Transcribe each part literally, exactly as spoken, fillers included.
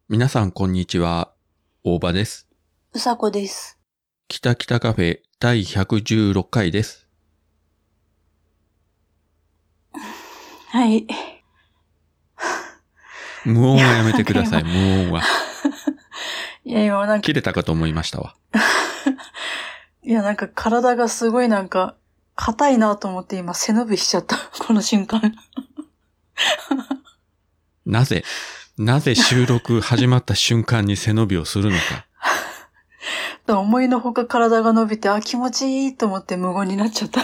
皆さんこんにちは。大場です。 うさこです。 きたきたカフェだいひゃくじゅうろっかいです。 はい。 無音はやめてください、無音は。 いや、今なんか。 切れたかと思いましたわ。 いや、なんか体がすごいなんか、硬いなと思って今背伸びしちゃった。この瞬間。 なぜ、なぜ収録始まった瞬間に背伸びをするのか。 思いのほか体が伸びて、あ、気持ちいいと思って無言になっちゃった。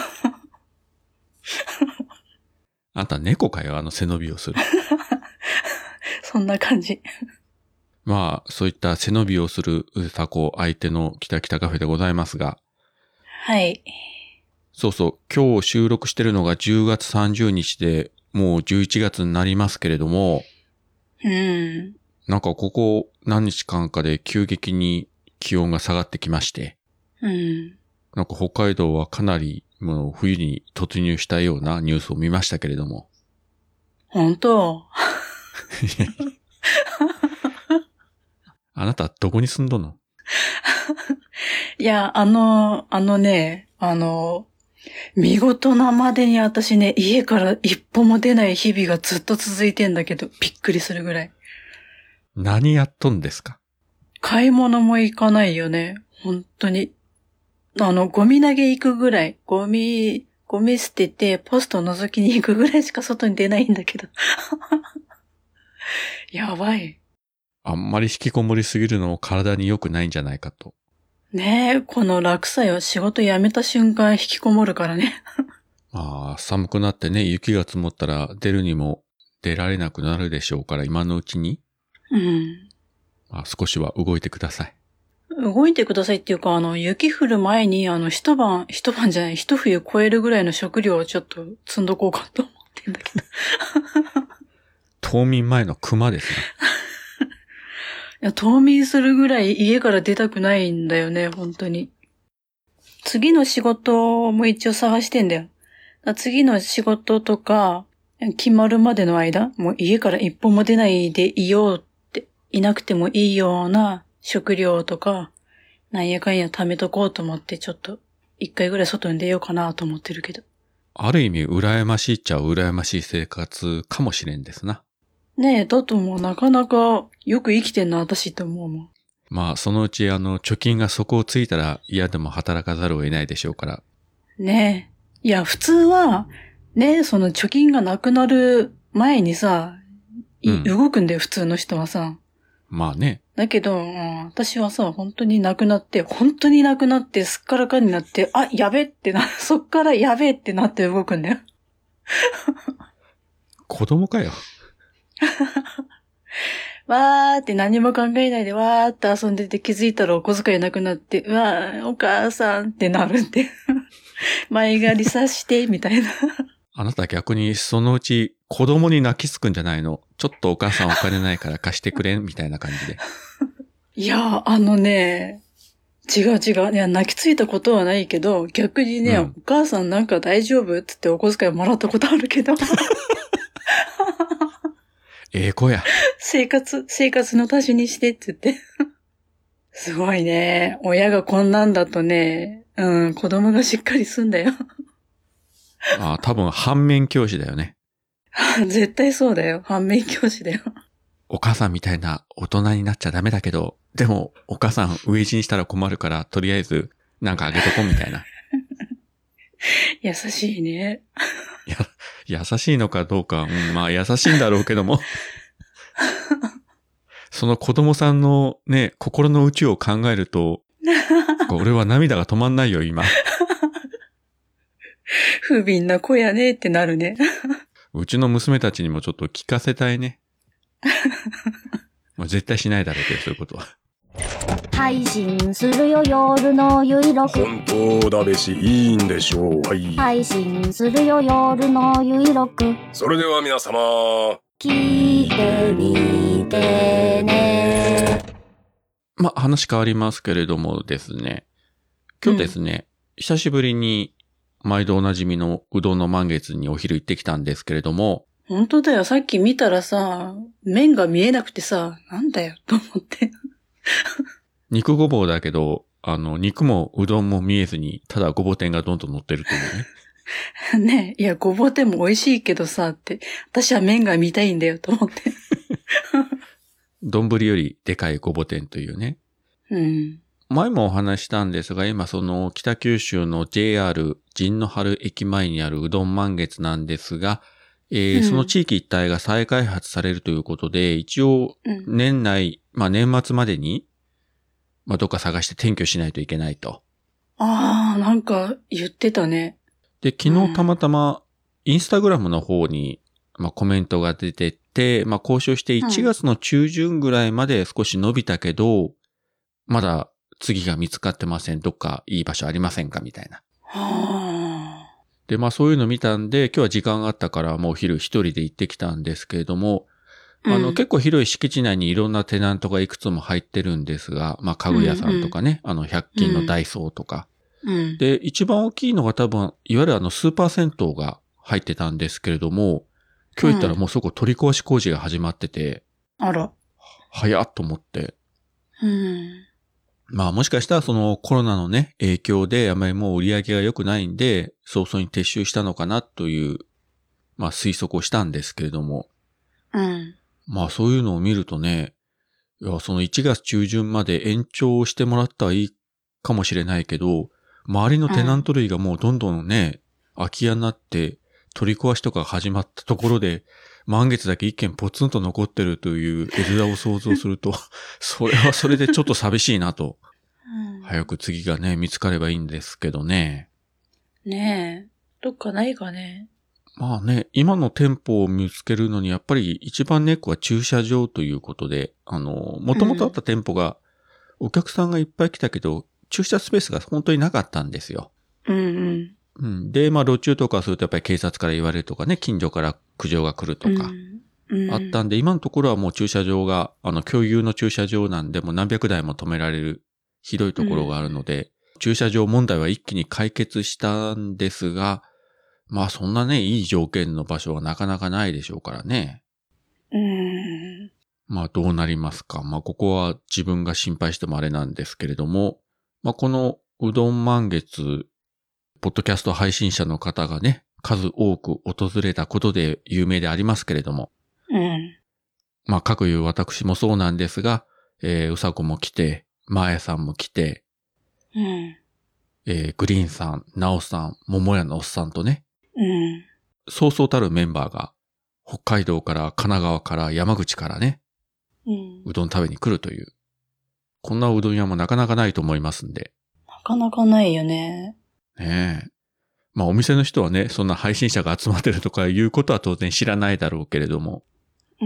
あんた猫かよ、あの背伸びをする。 そんな感じ。 まあ、そういった背伸びをするうさこ相手のきたきたカフェでございますが。 はい。 そうそう、今日収録してるのがじゅうがつさんじゅうにちで、もうじゅういちがつになりますけれども。 うん。 なんかここ何日間かで急激に気温が下がってきまして。 うん。 なんか北海道はかなりもう冬に突入したようなニュースを見ましたけれども。 本当あなたどこに住んどんの？ いや、あの、あのね、あの、見事なまでに私ね、家から一歩も出ない日々がずっと続いてんだけど、びっくりするぐらい。 何やっとんですか？ 買い物も行かないよね。本当に。あの、ゴミ投げ行くぐらい。ゴミ、ゴミ捨てて、ポスト覗きに行くぐらいしか外に出ないんだけど。やばい。 あんまり引きこもりすぎるのも体に良くないんじゃないかと。 ねえ、この落差よ。仕事辞めた瞬間引きこもるからね。 まあ、寒くなってね、雪が積もったら出るにも出られなくなるでしょうから今のうちに。 うん。 まあ、少しは動いてください。 動いてくださいっていうか、あの、雪降る前に、あの、一晩、一晩じゃない、一冬超えるぐらいの食料をちょっと積んどこうかと思ってんだけど。 冬眠前の熊ですね。 いや、冬眠するぐらい家から出たくないんだよね、本当に。次の仕事も一応探してんだよ。だ次の仕事とか、決まるまでの間、もう家から一歩も出ないでいようって、いなくてもいいような食料とか、なんやかんや貯めとこうと思って、ちょっと、一回ぐらい外に出ようかなと思ってるけど。 ある意味、羨ましいっちゃ羨ましい生活かもしれんですな。 ねえ、だともうなかなかよく生きてんな、私って思うもん。 まあ、そのうちあの、貯金が底をついたら嫌でも働かざるを得ないでしょうから。 ねえ。いや、普通は、ねえ、その貯金がなくなる前にさ、うん、動くんだよ、普通の人はさ。 まあね。 だけど、うん、私はさ、本当になくなって、本当になくなって、すっからかになって、あ、やべってな、そっからやべってなって動くんだよ。 子供かよ。 わーって何も考えないでわーって遊んでて気づいたらお小遣いなくなって、うわー、お母さんってなるって。前借りさして、みたいな。 あなた逆にそのうち子供に泣きつくんじゃないの？ちょっとお母さんお金ないから貸してくれんみたいな感じで。 いや、あのね、違う違う。いや、泣きついたことはないけど、逆にね、うん、お母さんなんか大丈夫って言ってお小遣いもらったことあるけど。 ええ子や。 生活、生活の足しにしてって言って。すごいね。親がこんなんだとね、うん、子供がしっかりすんだよ。 ああ、多分反面教師だよね。 絶対そうだよ。反面教師だよ。 お母さんみたいな大人になっちゃダメだけど、でもお母さん飢え死にしたら困るから、とりあえずなんかあげとこうみたいな。 優しいね。 いや、優しいのかどうか、うん、まあ優しいんだろうけども。その子供さんのね、心の内を考えると、俺は涙が止まんないよ、今。 不憫な子やねってなるね。 うちの娘たちにもちょっと聞かせたいね。もう絶対しないだろうけど、そういうことは。 配信するよ夜のゆいろく。 本当だべしいいんでしょう。はい。 配信するよ夜のゆいろく。 それでは皆様、 聞いてみてね。 まあ、話変わりますけれどもですね。今日ですね、うん、久しぶりに毎度おなじみのうどんの満月にお昼行ってきたんですけれども、 本当だよ。さっき見たらさ、麺が見えなくてさ、なんだよ、と思って。 肉ごぼうだけど、あの、肉もうどんも見えずに、ただごぼ天がどんどん乗ってるというね。 ねえ、いや、ごぼ天も美味しいけどさ、って、私は麺が見たいんだよ、と思って。 丼よりでかいごぼ天というね。 うん。 前もお話したんですが、今その北九州の ジェイアール 神野原駅前にあるうどん満月なんですが、えーうん、その地域一帯が再開発されるということで、一応年内、うん、まあ年末までに、まあどっか探して転居しないといけないと。 ああ、なんか言ってたね。 で、昨日たまたまインスタグラムの方に、まあコメントが出てて、まあ交渉していちがつの中旬ぐらいまで少し伸びたけど、うん、まだ次が見つかってません。どっかいい場所ありませんかみたいな。 はあ。 で、まあそういうの見たんで、今日は時間があったからもう昼一人で行ってきたんですけれども、うん、あの結構広い敷地内にいろんなテナントがいくつも入ってるんですが、まあ家具屋さんとかね、うんうん、あのひゃく均のダイソーとか、うん。で、一番大きいのが多分、いわゆるあのスーパー銭湯が入ってたんですけれども、今日行ったらもうそこ取り壊し工事が始まってて、 うん、あら。 早っと思って。 うん。 まあもしかしたらそのコロナのね、影響であまりもう売り上げが良くないんで、早々に撤収したのかなという、まあ推測をしたんですけれども。 うん。 まあそういうのを見るとね、いやそのいちがつ中旬まで延長してもらったらいいかもしれないけど、周りのテナント類がもうどんどんね、空き家になって取り壊しとかが始まったところで、満月だけ一軒ポツンと残ってるという絵面を想像すると、それはそれでちょっと寂しいなと。うん、早く次がね、見つかればいいんですけどね。 ねえ、どっかないかね。 まあね、今の店舗を見つけるのにやっぱり一番ネックは駐車場ということで、あの、もともとあった店舗がお客さんがいっぱい来たけど、駐車スペースが本当になかったんですよ。 うんうん。 うん、で、まあ路駐とかするとやっぱり警察から言われるとかね、近所から苦情が来るとか、うんうん、あったんで、今のところはもう駐車場が、あの共有の駐車場なんで、もう何百台も止められる広いところがあるので、うん、駐車場問題は一気に解決したんですが、まあそんなね、いい条件の場所はなかなかないでしょうからね。 うん、 まあどうなりますか。まあここは自分が心配してもあれなんですけれども、まあこのうどん満月、ポッドキャスト配信者の方がね、数多く訪れたことで有名でありますけれども。 うん。 まあ、各いう私もそうなんですが、えー、うさこも来て、まーやさんも来て、 うん。 えー、グリーンさん、なおさん、桃屋のおっさんとね、 うん。 そうそうたるメンバーが、北海道から神奈川から山口からね、 うん。 うどん食べに来るという。こんなうどん屋もなかなかないと思いますんで。 なかなかないよね。 ねえ。まあお店の人はね、そんな配信者が集まってるとかいうことは当然知らないだろうけれども、 うん、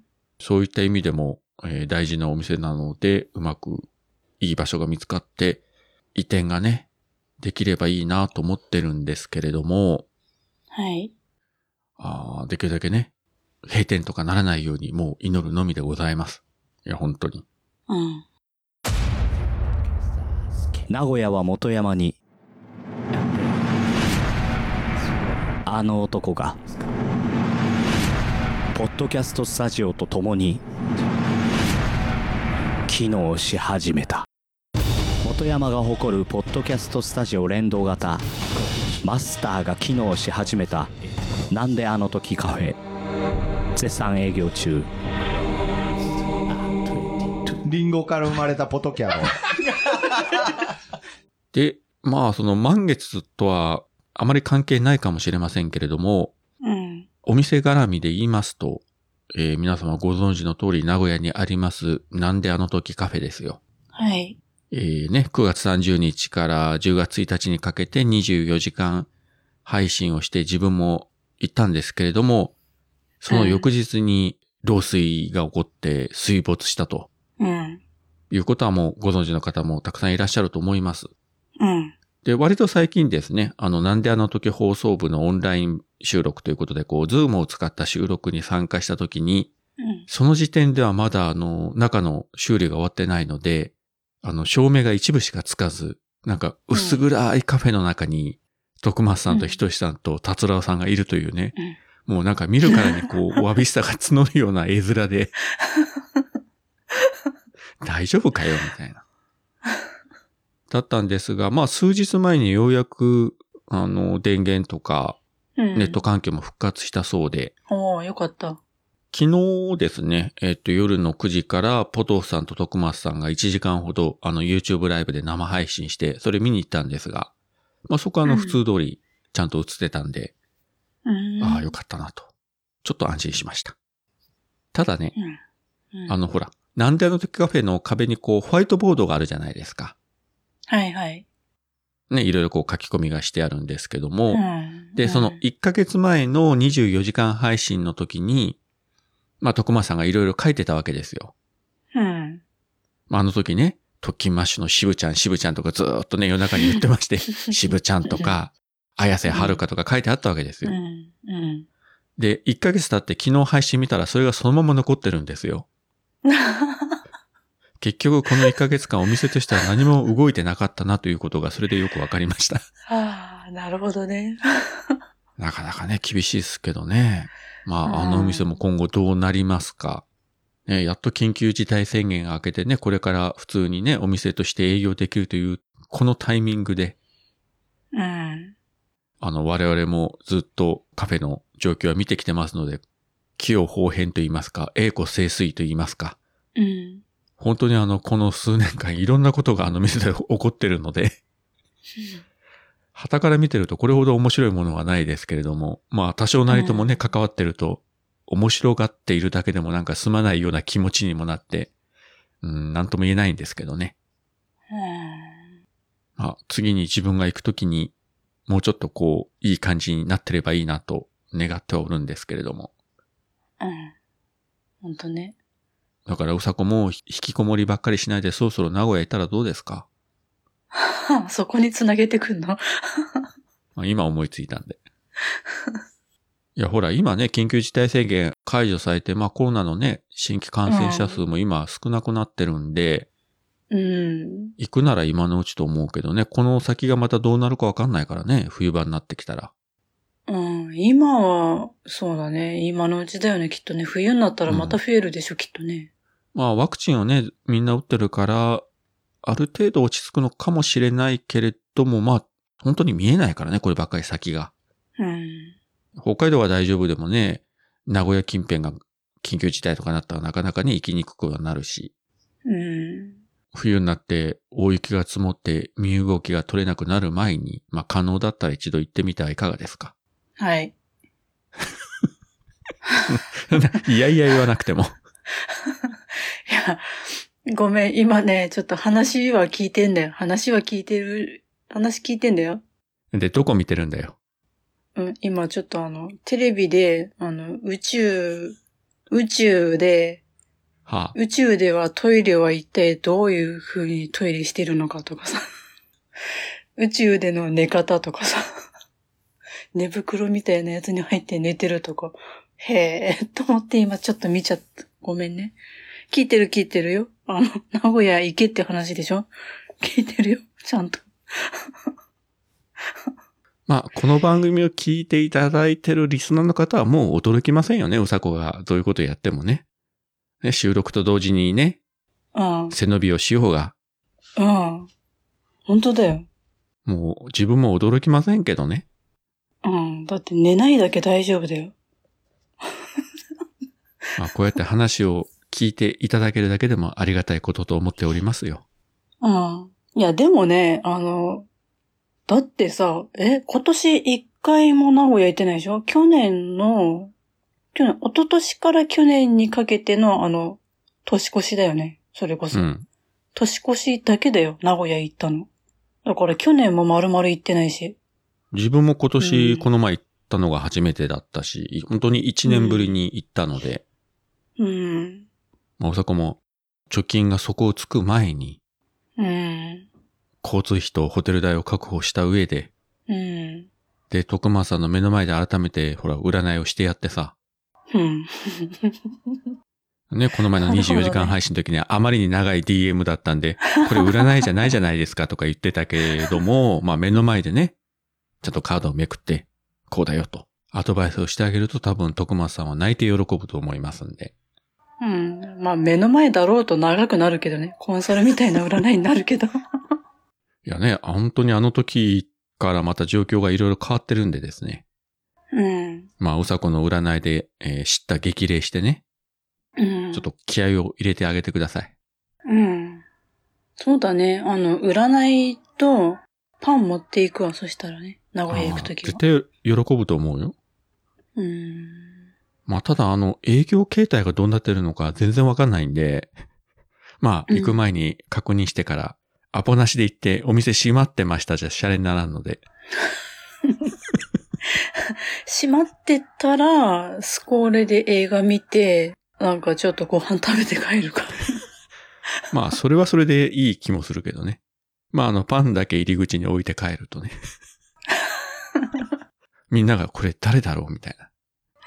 そういった意味でも、えー、大事なお店なので、うまくいい場所が見つかって、移転がね、できればいいなと思ってるんですけれども、 はい。 あできるだけね、閉店とかならないようにもう祈るのみでございます。いや、本当に。 うん。 名古屋は元山に、あの男がポッドキャストスタジオと共に機能し始めた。元山が誇るポッドキャストスタジオ連動型マスターが機能し始めたなんであの時カフェ絶賛営業中。 リンゴから生まれたポトキャロで、まあその満月とはあまり関係ないかもしれませんけれども、 うん、 お店絡みで言いますと、えー、皆様ご存知の通り名古屋にありますなんであの時カフェですよ。 はい。 えー、ね、くがつさんじゅうにちからじゅうがつついたちにかけてにじゅうよじかん配信をして自分も行ったんですけれども、その翌日に漏水が起こって水没したと。 うん。 いうことはもうご存知の方もたくさんいらっしゃると思います。 うん。 で、割と最近ですね、あの、なんであの時放送部のオンライン収録ということで、こう、ズームを使った収録に参加したときに、 うん、 その時点ではまだあの、中の修理が終わってないので、あの、照明が一部しかつかず、なんか薄暗いカフェの中に、徳松さんとひとしさんと達郎さんがいるというね、 もうなんか見るからにこう、わびしさが募るような絵面で、大丈夫かよみたいな。だったんですが、まあ数日前にようやく、あの、電源とか、 うん。 ネット環境も復活したそうで、 おー、よかった。 昨日ですね、えっと、夜のくじからポトフさんと徳松さんがいちじかんほど、あの、YouTube ライブで生配信して、それ見に行ったんですが、まあそこはあの、普通通り、ちゃんと映ってたんで、 うん。 ああ、よかったなと。ちょっと安心しました。ただね、 うん。うんあの、ほら、なんであの時カフェの壁にこう、ホワイトボードがあるじゃないですか。 はいはい。 ね、いろいろこう書き込みがしてあるんですけども、 うん。 で、そのいっかげつまえのにじゅうよじかん配信の時に、まあ、徳間さんがいろいろ書いてたわけですよ。 うん。 まあ、あの時ね、特勤マッシュの渋ちゃん、渋ちゃんとかずーっとね、夜中に言ってまして、渋ちゃんとか、綾瀬はるかとか書いてあったわけですよ。 うん。うん。 で、いっかげつ経って昨日配信見たらそれがそのまま残ってるんですよ。結局このいっかげつかんお店としては何も動いてなかったなということがそれでよくわかりました。 ああ、なるほどね。 なかなかね、厳しいですけどね。まあ、あのお店も今後どうなりますか。ね、やっと緊急事態宣言が明けてね、これから普通にね、お店として営業できるという、このタイミングで、 うん。 あの、我々もずっとカフェの状況は見てきてますので、器用方変と言いますか、栄枯盛衰と言いますか。 うん。 本当にあの、この数年間いろんなことがあの店で起こってるので、傍から見てるとこれほど面白いものはないですけれども、まあ多少なりともね、関わってると、面白がっているだけでもなんか済まないような気持ちにもなって、うん、なんとも言えないんですけどね。まあ、次に自分が行くときに、もうちょっとこう、いい感じになってればいいなと願ってはおるんですけれども。 うん。ほんとね。 だからうさこも引きこもりばっかりしないでそろそろ名古屋行ったらどうですか？ そこにつなげてくんのまあ今思いついたんで。いやほら今ね、緊急事態宣言解除されて、まあコロナのね、新規感染者数も今少なくなってるんで、 うん。 行くなら今のうちと思うけどね、この先がまたどうなるかわかんないからね、冬場になってきたら。 うん。今は、そうだね。今のうちだよね、きっとね。冬になったらまた増えるでしょ、うん、きっとね。 まあワクチンをね、みんな打ってるから、ある程度落ち着くのかもしれないけれども、まあ、本当に見えないからね、こればっかり先が。 うん。 北海道は大丈夫でもね、名古屋近辺が緊急事態とかなったらなかなかね、行きにくくはなるし。 うん。 冬になって大雪が積もって身動きが取れなくなる前に、まあ可能だったら一度行ってみてはいかがですか？ はい。 いやいや言わなくても。 いや、ごめん、今ね、ちょっと話は聞いてんだよ。話は聞いてる、話聞いてんだよ。 で、どこ見てるんだよ。 うん、今ちょっとあの、テレビで、あの、宇宙、宇宙で、 はあ、 宇宙ではトイレは一体どういう風にトイレしてるのかとかさ。宇宙での寝方とかさ。寝袋みたいなやつに入って寝てるとか。へー、と思って今ちょっと見ちゃった。ごめんね。聞いてる聞いてるよ。あの、名古屋行けって話でしょ？聞いてるよ。ちゃんと。 まあ、この番組を聞いていただいてるリスナーの方はもう驚きませんよね。うさこがどういうことやってもね。ね、収録と同時にね、 うん。 背伸びをしようが。 うん。本当だよ。 もう自分も驚きませんけどね。 うん。だって寝ないだけ大丈夫だよ。 まあ、こうやって話を聞いていただけるだけでもありがたいことと思っておりますよ。 うん。いや、でもね、あの、だってさ、え、今年一回も名古屋行ってないでしょ？去年の、去年、一昨年から去年にかけてのあの、年越しだよね。それこそ。 うん。 年越しだけだよ、名古屋行ったの。だから去年も丸々行ってないし。 自分も今うん年この前行ったのが初めてだったし、本当に一年ぶりに行ったので、 うん。 まあ、おさこも貯金が底をつく前に、 うん。 交通費とホテル代を確保した上で、 うん。 で、徳間さんの目の前で改めて、ほら、占いをしてやってさ、 うん。 ね、この前のにじゅうよじかん配信の時にはあまりに長い ディーエム だったんで、これ占いじゃないじゃないですかとか言ってたけれども、まあ目の前でね、ちゃんとカードをめくって、こうだよと。 アドバイスをしてあげると多分徳松さんは泣いて喜ぶと思いますんで。 うん。まあ目の前だろうと長くなるけどね。コンサルみたいな占いになるけど。 いやね、本当にあの時からまた状況がいろいろ変わってるんでですね。 うん。 まあ、うさこの占いで、えー知った激励してね。 うん。 ちょっと気合を入れてあげてください。 うん。そうだね。あの、占いとパン持っていくわ。そしたらね。名古屋行くときは。 あー絶対喜ぶと思うよ。 うん。 まあ、ただあの、営業形態がどうなってるのか全然わかんないんで、まあ、行く前に確認してから、アポなしで行ってお店閉まってましたじゃシャレにならんので。 閉まってたら、スコーレで映画見て、なんかちょっとご飯食べて帰るから。 まあ、それはそれでいい気もするけどね。まあ、あの、パンだけ入り口に置いて帰るとね。みんながこれ誰だろうみたいな。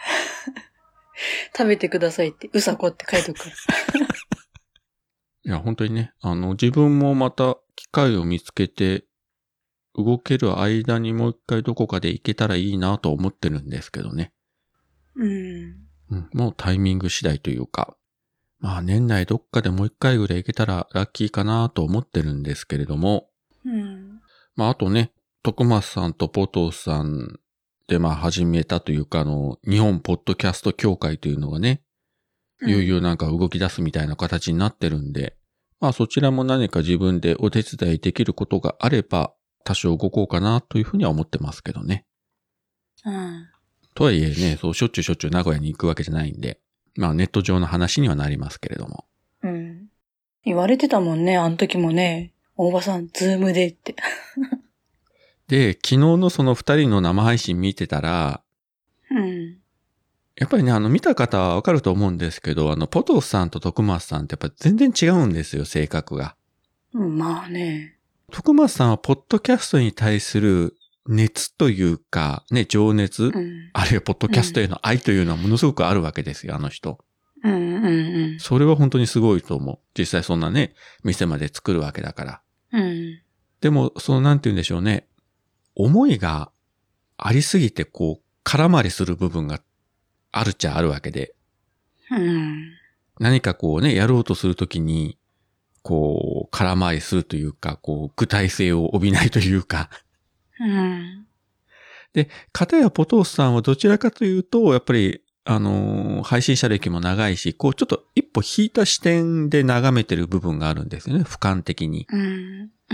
食べてくださいって、うさこって書いとくから。 いや、本当にね、あの、自分もまた機会を見つけて、動ける間にもう一回どこかで行けたらいいなと思ってるんですけどね。 うん。 うん、もうタイミング次第というか、まあ年内どっかでもう一回ぐらい行けたらラッキーかなと思ってるんですけれども、 うん。 まああとね、徳松さんとポトフさんでまあ始めたというか、あの、日本ポッドキャスト協会というのがね、いよいよなんか動き出すみたいな形になってるんで、まあそちらも何か自分でお手伝いできることがあれば、多少動こうかなというふうには思ってますけどね。 うん。 とはいえね、そうしょっちゅうしょっちゅう名古屋に行くわけじゃないんで、まあネット上の話にはなりますけれども。 うん。言われてたもんね、あの時もね。大場さん、ズームでって。 で、昨日のその二人の生配信見てたら、 うん。 やっぱりね、あの見た方はわかると思うんですけど、あのポトフさんと徳松さんってやっぱ全然違うんですよ、性格が。 うんまあね。 徳松さんはポッドキャストに対する熱というか、ね、情熱、 うん。 あるいはポッドキャストへの愛というのはものすごくあるわけですよ、あの人。 うんうんうん。 それは本当にすごいと思う。実際そんなね、店まで作るわけだから。 うん。 でも、そのなんて言うんでしょうね。思いがありすぎてこう、空回りする部分があるっちゃあるわけで。 うん。 何かこうね、やろうとするときに、こう、空回りするというか、こう、具体性を帯びないというか。 うん。 で、片やポトフさんはどちらかというと、やっぱり、あのー配信者歴も長いし、こう、ちょっと一歩引いた視点で眺めてる部分があるんですよね、俯瞰的に。 うん。うん。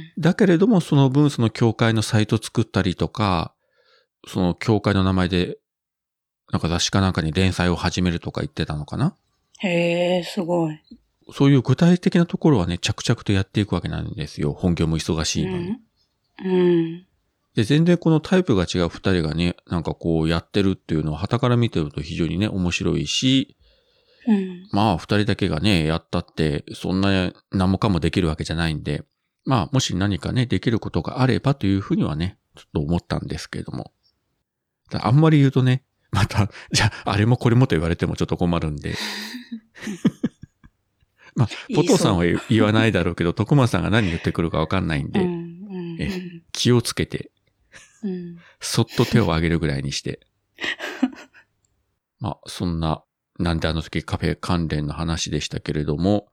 だけれども、その分、その教会のサイト作ったりとか、その教会の名前で、なんか雑誌かなんかに連載を始めるとか言ってたのかな？ へえ、すごい。 そういう具体的なところはね、着々とやっていくわけなんですよ。本業も忙しいのに。 うん。うん。 で、全然このタイプが違う二人がね、なんかこうやってるっていうのを傍から見てると非常にね、面白いし、 うん。 まあ二人だけがね、やったって、そんな何もかもできるわけじゃないんで、まあもし何かね、できることがあればというふうにはね、ちょっと思ったんですけれども。あんまり言うとね、また、じゃあ、あれもこれもと言われてもちょっと困るんで。まあ、ポトさんは言わないだろうけど、徳間さんが何言ってくるかわかんないんで、 うん。うん。 え気をつけて、 うん。 そっと手を挙げるぐらいにして。まあ、そんな、なんであの時カフェ関連の話でしたけれども、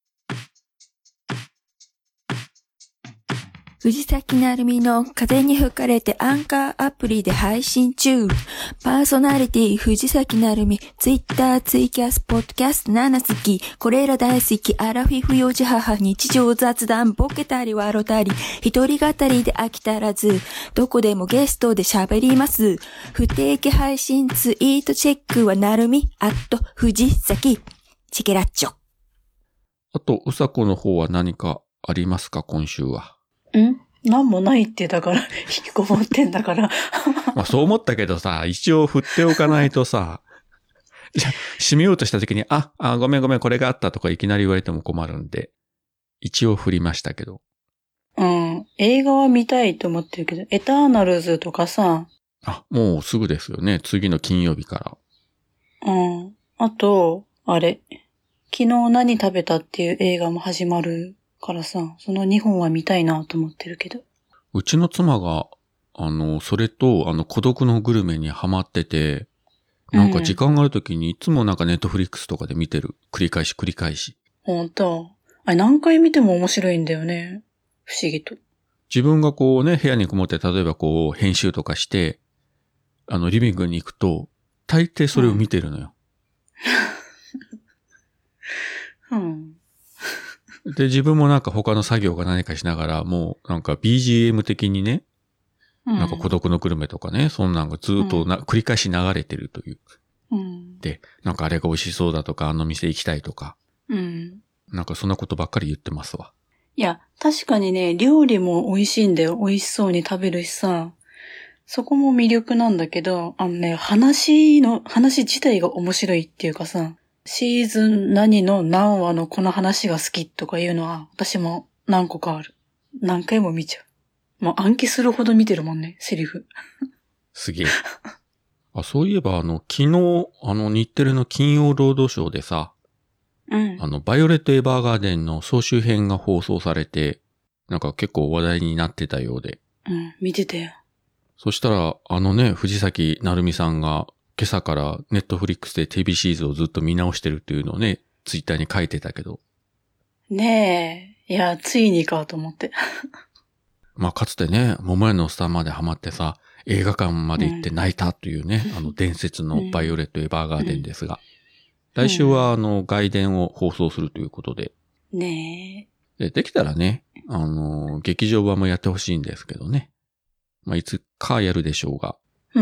藤崎なるみの風に吹かれてアンカーアプリで配信中。パーソナリティ藤崎なるみ、ツイッター、ツイキャス、ポッドキャストなな好き。これら大好き、アラフィフ幼児母、日常雑談、ボケたり笑たり、一人語りで飽きたらず、どこでもゲストで喋ります。不定期配信ツイートチェックはなるみ、アット藤崎。チケラッチョ。 あと、うさこの方は何かありますか、今週は。 んなんもないってだから、引きこもってんだから。 まあそう思ったけどさ、一応振っておかないとさ、じゃあ、締めようとした時に、あ、あ、ごめんごめん、これがあったとかいきなり言われても困るんで、一応振りましたけど。 うん。映画は見たいと思ってるけど、エターナルズとかさ。 あ、もうすぐですよね。次の金曜日から。 うん。あと、あれ。昨日何食べたっていう映画も始まるからさ、そのにほんは見たいなと思ってるけど。 うちの妻があの、それと、あの、孤独のグルメにハマってて、なんか時間があるときにいつもなんかネットフリックスとかで見てる。繰り返し繰り返し。 ほんと。あれ何回見ても面白いんだよね。不思議と。 自分がこうね、部屋にこもって、例えばこう、編集とかして、あの、リビングに行くと、大抵それを見てるのよ。 うん。 で、自分もなんか他の作業が何かしながら、もうなんか ビージーエム 的にね、 うん、 なんか孤独のグルメとかね、そんなんがずっとな、うん、繰り返し流れてるという。 うん、 で、なんかあれが美味しそうだとか、あの店行きたいとか。 うん。 なんかそんなことばっかり言ってますわ。 いや、確かにね、料理も美味しいんだよ。美味しそうに食べるしさ。そこも魅力なんだけど、あのね、話の、話自体が面白いっていうかさ、シーズン何の何話のこの話が好きとかいうのは、私も何個かある。何回も見ちゃう。もう暗記するほど見てるもんね、セリフ。 すげえ。あ、そういえばあの、昨日、あの、日テレの金曜ロードショーでさ、 うん。 あの、バイオレット・エヴァーガーデンの総集編が放送されて、なんか結構話題になってたようで。 うん、見てたよ。 そしたら、あのね、藤崎なるみさんが、今朝からネットフリックスで ティービー シーズンをずっと見直してるっていうのをね、ツイッターに書いてたけど。 ねえ。いや、ついにかと思って。 まあ、かつてね、桃屋のおっさんまでハマってさ、映画館まで行って泣いたというね、うん、あの伝説のバイオレット・エヴァーガーデンですが、うん、来週はあの外伝を放送するということで。 ねえ。で、できたらね、あの、劇場版もやってほしいんですけどね。まあ、いつかやるでしょうが。 うん。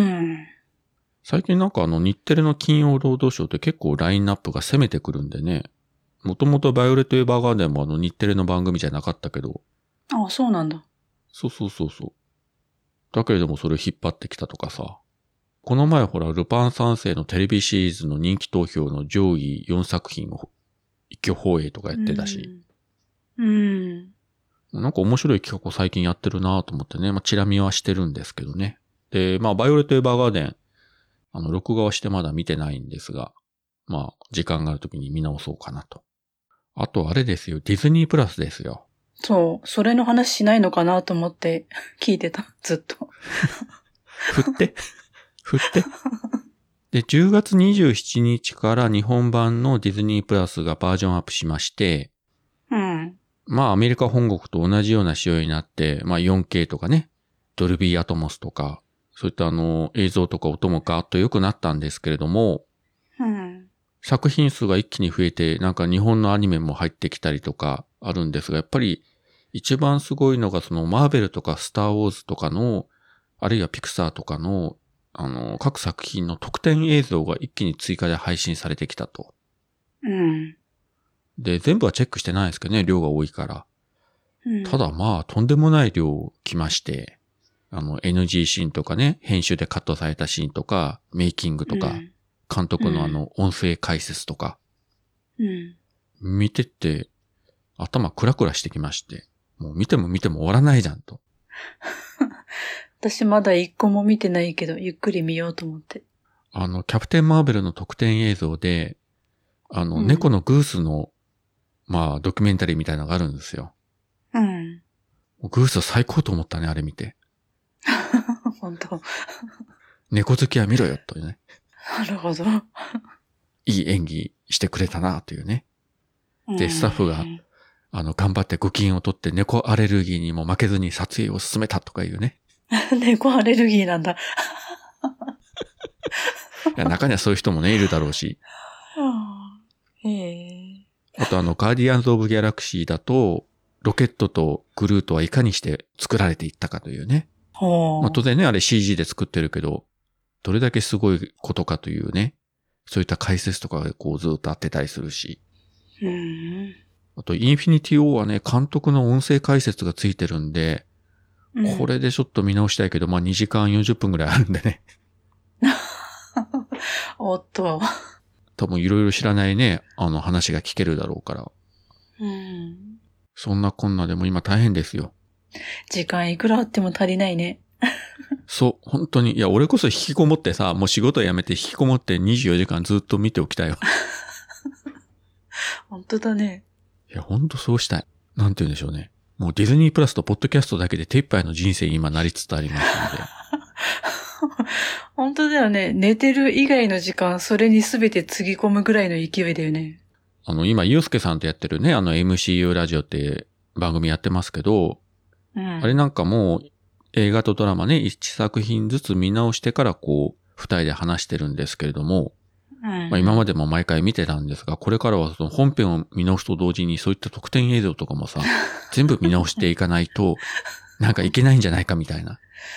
最近なんかあの日テレの金曜ロードショーって結構ラインナップが攻めてくるんでね。もともとバイオレット・エヴァーガーデンもあの日テレの番組じゃなかったけど。 ああ、そうなんだ。 そうそうそうそう。だけれどもそれを引っ張ってきたとかさ。この前ほら、ルパン三世のテレビシリーズの人気投票の上位よんさく品を一挙放映とかやってたし。 うん。うん、 なんか面白い企画を最近やってるなと思ってね。まあ、チラ見はしてるんですけどね。で、まあ、バイオレット・エヴァーガーデン、あの、録画はしてまだ見てないんですが、まあ、時間があるときに見直そうかなと。あと、あれですよ。ディズニープラスですよ。 そう。それの話しないのかなと思って聞いてた。ずっと。 振って。振って。で、じゅうがつにじゅうしちにちから日本版のディズニープラスがバージョンアップしまして、 うん。 まあ、アメリカ本国と同じような仕様になって、まあ よんケー とかね、ドルビーアトモスとか、そういったあの、映像とか音もガーッと良くなったんですけれども、 うん。 作品数が一気に増えて、なんか日本のアニメも入ってきたりとかあるんですが、やっぱり一番すごいのがそのマーベルとかスターウォーズとかの、あるいはピクサーとかの、あの、各作品の特典映像が一気に追加で配信されてきたと。 うん。 で、全部はチェックしてないですけどね、量が多いから。 うん、 ただまあ、とんでもない量来まして、あの、エヌジー シーンとかね、編集でカットされたシーンとか、メイキングとか、うん、監督のあの、音声解説とか、 うん、 見てて、頭クラクラしてきまして、もう見ても見ても終わらないじゃんと。 私まだ一個も見てないけど、ゆっくり見ようと思って。 あの、キャプテンマーベルの特典映像で、あの、うん、猫のグースの、まあ、ドキュメンタリーみたいなのがあるんですよ。 うん。 グースは最高と思ったね、あれ見て。 本当。 猫好きは見ろよ、というね。 なるほど。 いい演技してくれたな、というね。で、スタッフが、あの、頑張って具金を取って猫アレルギーにも負けずに撮影を進めたとかいうね。 猫アレルギーなんだ。 いや、中にはそういう人もね、いるだろうし。 へえ。 あとあの、ガーディアンズ・オブ・ギャラクシーだと、ロケットとグルートはいかにして作られていったかというね。まあ、当然ね、あれ シージー で作ってるけど、どれだけすごいことかというね、そういった解説とかがこうずっとあってたりするし。 うん、 あと、インフィニティ・オーはね、監督の音声解説がついてるんで、うん、これでちょっと見直したいけど、まあにじかんよんじゅっぷんぐらいあるんでね。 おっと。 多分いろいろ知らないね、あの話が聞けるだろうから。 うん。 そんなこんなでも今大変ですよ。 時間いくらあっても足りないね。 そう、本当に。いや、俺こそ引きこもってさ、もう仕事辞めて引きこもってにじゅうよじかんずっと見ておきたいよ。 本当だね。 いや、本当そうしたい。なんて言うんでしょうね。 もうディズニープラスとポッドキャストだけで手一杯の人生に今なりつつありますので。 本当だよね。寝てる以外の時間、それに全てつぎ込むぐらいの勢いだよね。 あの、今、ゆうすけさんとやってるね、あの エムシーユー ラジオって番組やってますけど、 うん、 あれなんかもう映画とドラマね、一作品ずつ見直してからこう、二人で話してるんですけれども、 うんまあ、今までも毎回見てたんですが、これからはその本編を見直すと同時にそういった特典映像とかもさ、全部見直していかないと、なんかいけないんじゃないかみたいな。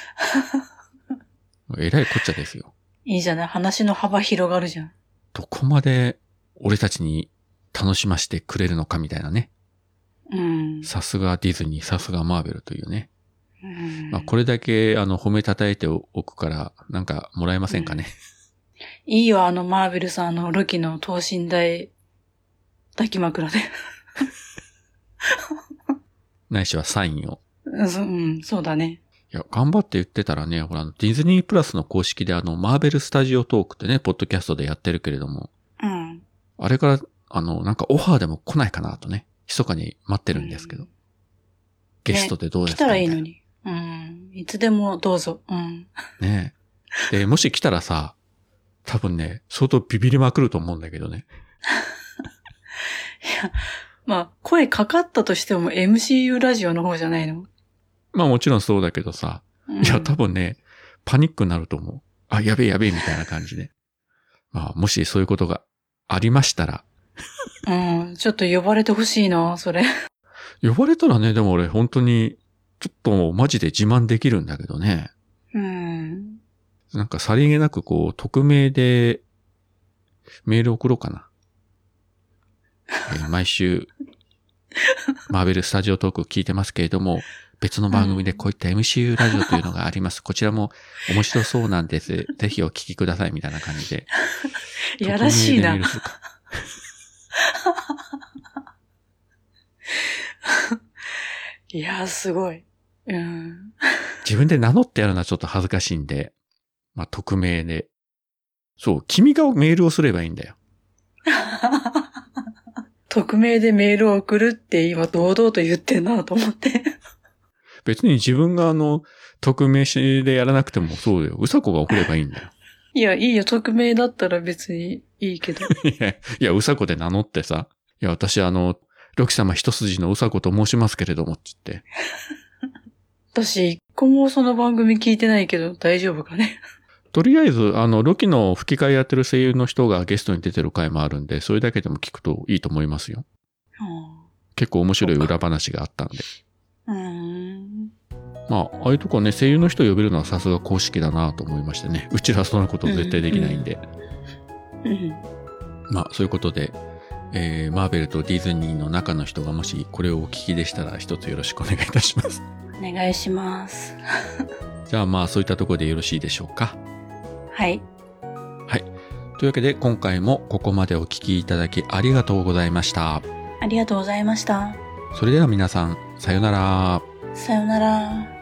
えらいこっちゃですよ。 いいじゃない。話の幅広がるじゃん。 どこまで俺たちに楽しませてくれるのかみたいなね。 うん。 さすがディズニー、さすがマーベルというね。 うんまあ、これだけあの褒めたたえておくからなんかもらえませんかね。 うん、いいよ、あのマーベルさん、あのロキの等身大抱き枕で。 ないしはサインを。 うん、そ、うん、そうだね。 いや、頑張って言ってたらね、ほら、ディズニープラスの公式であの、マーベルスタジオトークってね、ポッドキャストでやってるけれども、 うん。 あれから、あの、なんかオファーでも来ないかなとね、密かに待ってるんですけど。うん、ゲストでどうですか、 ね、来たらいいのに。うん。いつでもどうぞ。うん。 ねえ。で、もし来たらさ、多分ね、相当ビビりまくると思うんだけどね。 いや、まあ、声かかったとしても エムシーユー ラジオの方じゃないの？ まあもちろんそうだけどさ、うん、いや多分ね、パニックになると思う。あ、やべえやべえみたいな感じで。まあもしそういうことがありましたら。 うん、ちょっと呼ばれてほしいな、それ。 呼ばれたらね、でも俺本当に、ちょっとマジで自慢できるんだけどね。 うん。 なんかさりげなくこう、匿名でメール送ろうかな。えー、毎週、マーベルスタジオトーク聞いてますけれども、別の番組でこういった エムシーユー ラジオというのがあります。こちらも面白そうなんです。ぜひお聞きくださいみたいな感じで。 いやらしいな。いやーすごい、うん。 自分で名乗ってやるのはちょっと恥ずかしいんで、まあ匿名で。そう、君がメールをすればいいんだよ。 匿名でメールを送るって今堂々と言ってんなと思って。 別に自分があの、匿名でやらなくてもそうだよ。うさこが送ればいいんだよ。 いや、いいよ。匿名だったら別にいいけど。 いや、いや、うさこで名乗ってさ。いや、私あの、ロキ様一筋のうさこと申しますけれども、つって。 私、一個もその番組聞いてないけど、大丈夫かね。 とりあえず、あの、ロキの吹き替えやってる声優の人がゲストに出てる回もあるんで、それだけでも聞くといいと思いますよ。 うん、 結構面白い裏話があったんで。 うーん。 まあ、ああいうとこね、声優の人を呼べるのはさすが公式だなと思いましてね。うちらはそんなこと絶対できないんで。 うんうんうん、 まあ、そういうことで、えー、マーベルとディズニーの中の人がもしこれをお聞きでしたら一つよろしくお願いいたします。 お願いします。 じゃあまあ、そういったところでよろしいでしょうか。 はい。 はい。というわけで、今回もここまでお聞きいただきありがとうございました。 ありがとうございました。 それでは皆さん、さよなら。 さよなら。